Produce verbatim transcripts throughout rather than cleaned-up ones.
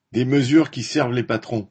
Des mesures qui servent les patrons.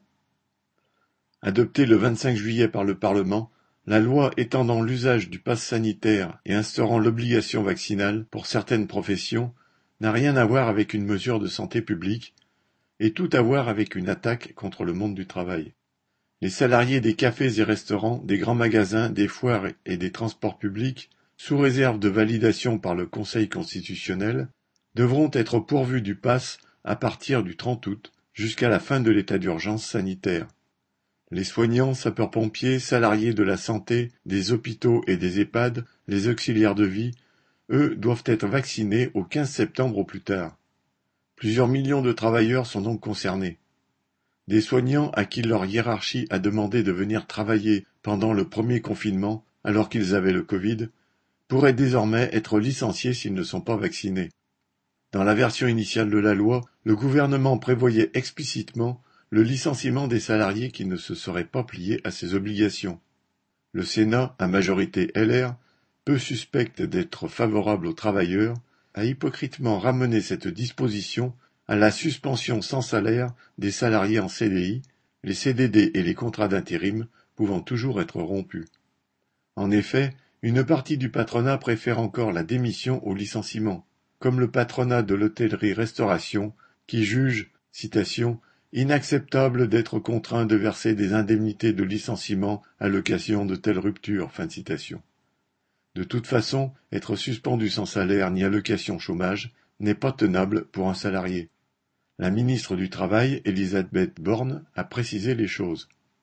Adoptée le vingt-cinq juillet par le Parlement, la loi étendant l'usage du pass sanitaire et instaurant l'obligation vaccinale pour certaines professions n'a rien à voir avec une mesure de santé publique et tout à voir avec une attaque contre le monde du travail. Les salariés des cafés et restaurants, des grands magasins, des foires et des transports publics, sous réserve de validation par le Conseil constitutionnel, devront être pourvus du pass à partir du trente août jusqu'à la fin de l'état d'urgence sanitaire. Les soignants, sapeurs-pompiers, salariés de la santé, des hôpitaux et des EHPAD, les auxiliaires de vie, eux, doivent être vaccinés au quinze septembre au plus tard. Plusieurs millions de travailleurs sont donc concernés. Des soignants à qui leur hiérarchie a demandé de venir travailler pendant le premier confinement, alors qu'ils avaient le Covid, pourraient désormais être licenciés s'ils ne sont pas vaccinés. Dans la version initiale de la loi, le gouvernement prévoyait explicitement le licenciement des salariés qui ne se seraient pas pliés à ces obligations. Le Sénat, à majorité L R, peu suspecte d'être favorable aux travailleurs, a hypocritement ramené cette disposition à la suspension sans salaire des salariés en C D I, les C D D et les contrats d'intérim pouvant toujours être rompus. En effet, une partie du patronat préfère encore la démission au licenciement, comme le patronat de l'hôtellerie-restauration qui juge, citation, inacceptable d'être contraint de verser des indemnités de licenciement à l'occasion de telles ruptures. Fin de citation. De toute façon, être suspendu sans salaire ni allocation chômage n'est pas tenable pour un salarié. La ministre du Travail, Elisabeth Borne, a précisé les choses.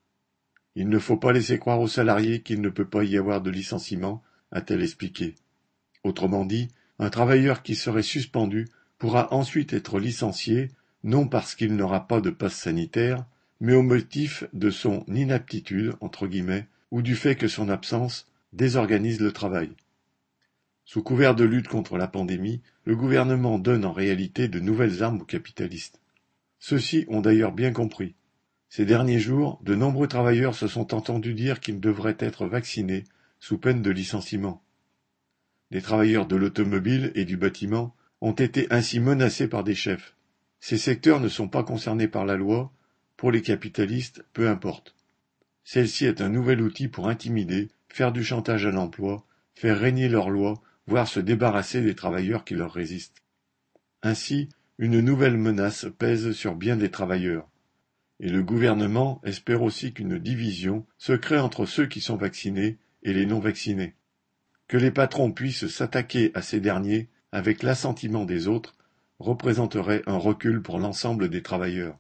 Il ne faut pas laisser croire aux salariés qu'il ne peut pas y avoir de licenciement, a-t-elle expliqué. Autrement dit, un travailleur qui serait suspendu pourra ensuite être licencié, non parce qu'il n'aura pas de passe sanitaire, mais au motif de son inaptitude, entre guillemets, ou du fait que son absence désorganise le travail. Sous couvert de lutte contre la pandémie, le gouvernement donne en réalité de nouvelles armes aux capitalistes. Ceux-ci ont d'ailleurs bien compris. Ces derniers jours, de nombreux travailleurs se sont entendus dire qu'ils devraient être vaccinés sous peine de licenciement. Les travailleurs de l'automobile et du bâtiment ont été ainsi menacés par des chefs. Ces secteurs ne sont pas concernés par la loi, pour les capitalistes, peu importe. Celle-ci est un nouvel outil pour intimider, faire du chantage à l'emploi, faire régner leurs lois, voire se débarrasser des travailleurs qui leur résistent. Ainsi, une nouvelle menace pèse sur bien des travailleurs. Et le gouvernement espère aussi qu'une division se crée entre ceux qui sont vaccinés et les non-vaccinés. Que les patrons puissent s'attaquer à ces derniers avec l'assentiment des autres représenterait un recul pour l'ensemble des travailleurs.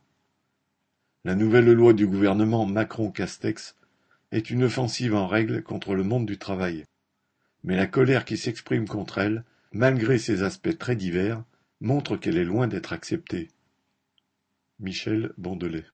La nouvelle loi du gouvernement Macron-Castex est une offensive en règle contre le monde du travail. Mais la colère qui s'exprime contre elle, malgré ses aspects très divers, montre qu'elle est loin d'être acceptée. Michel Bondelet.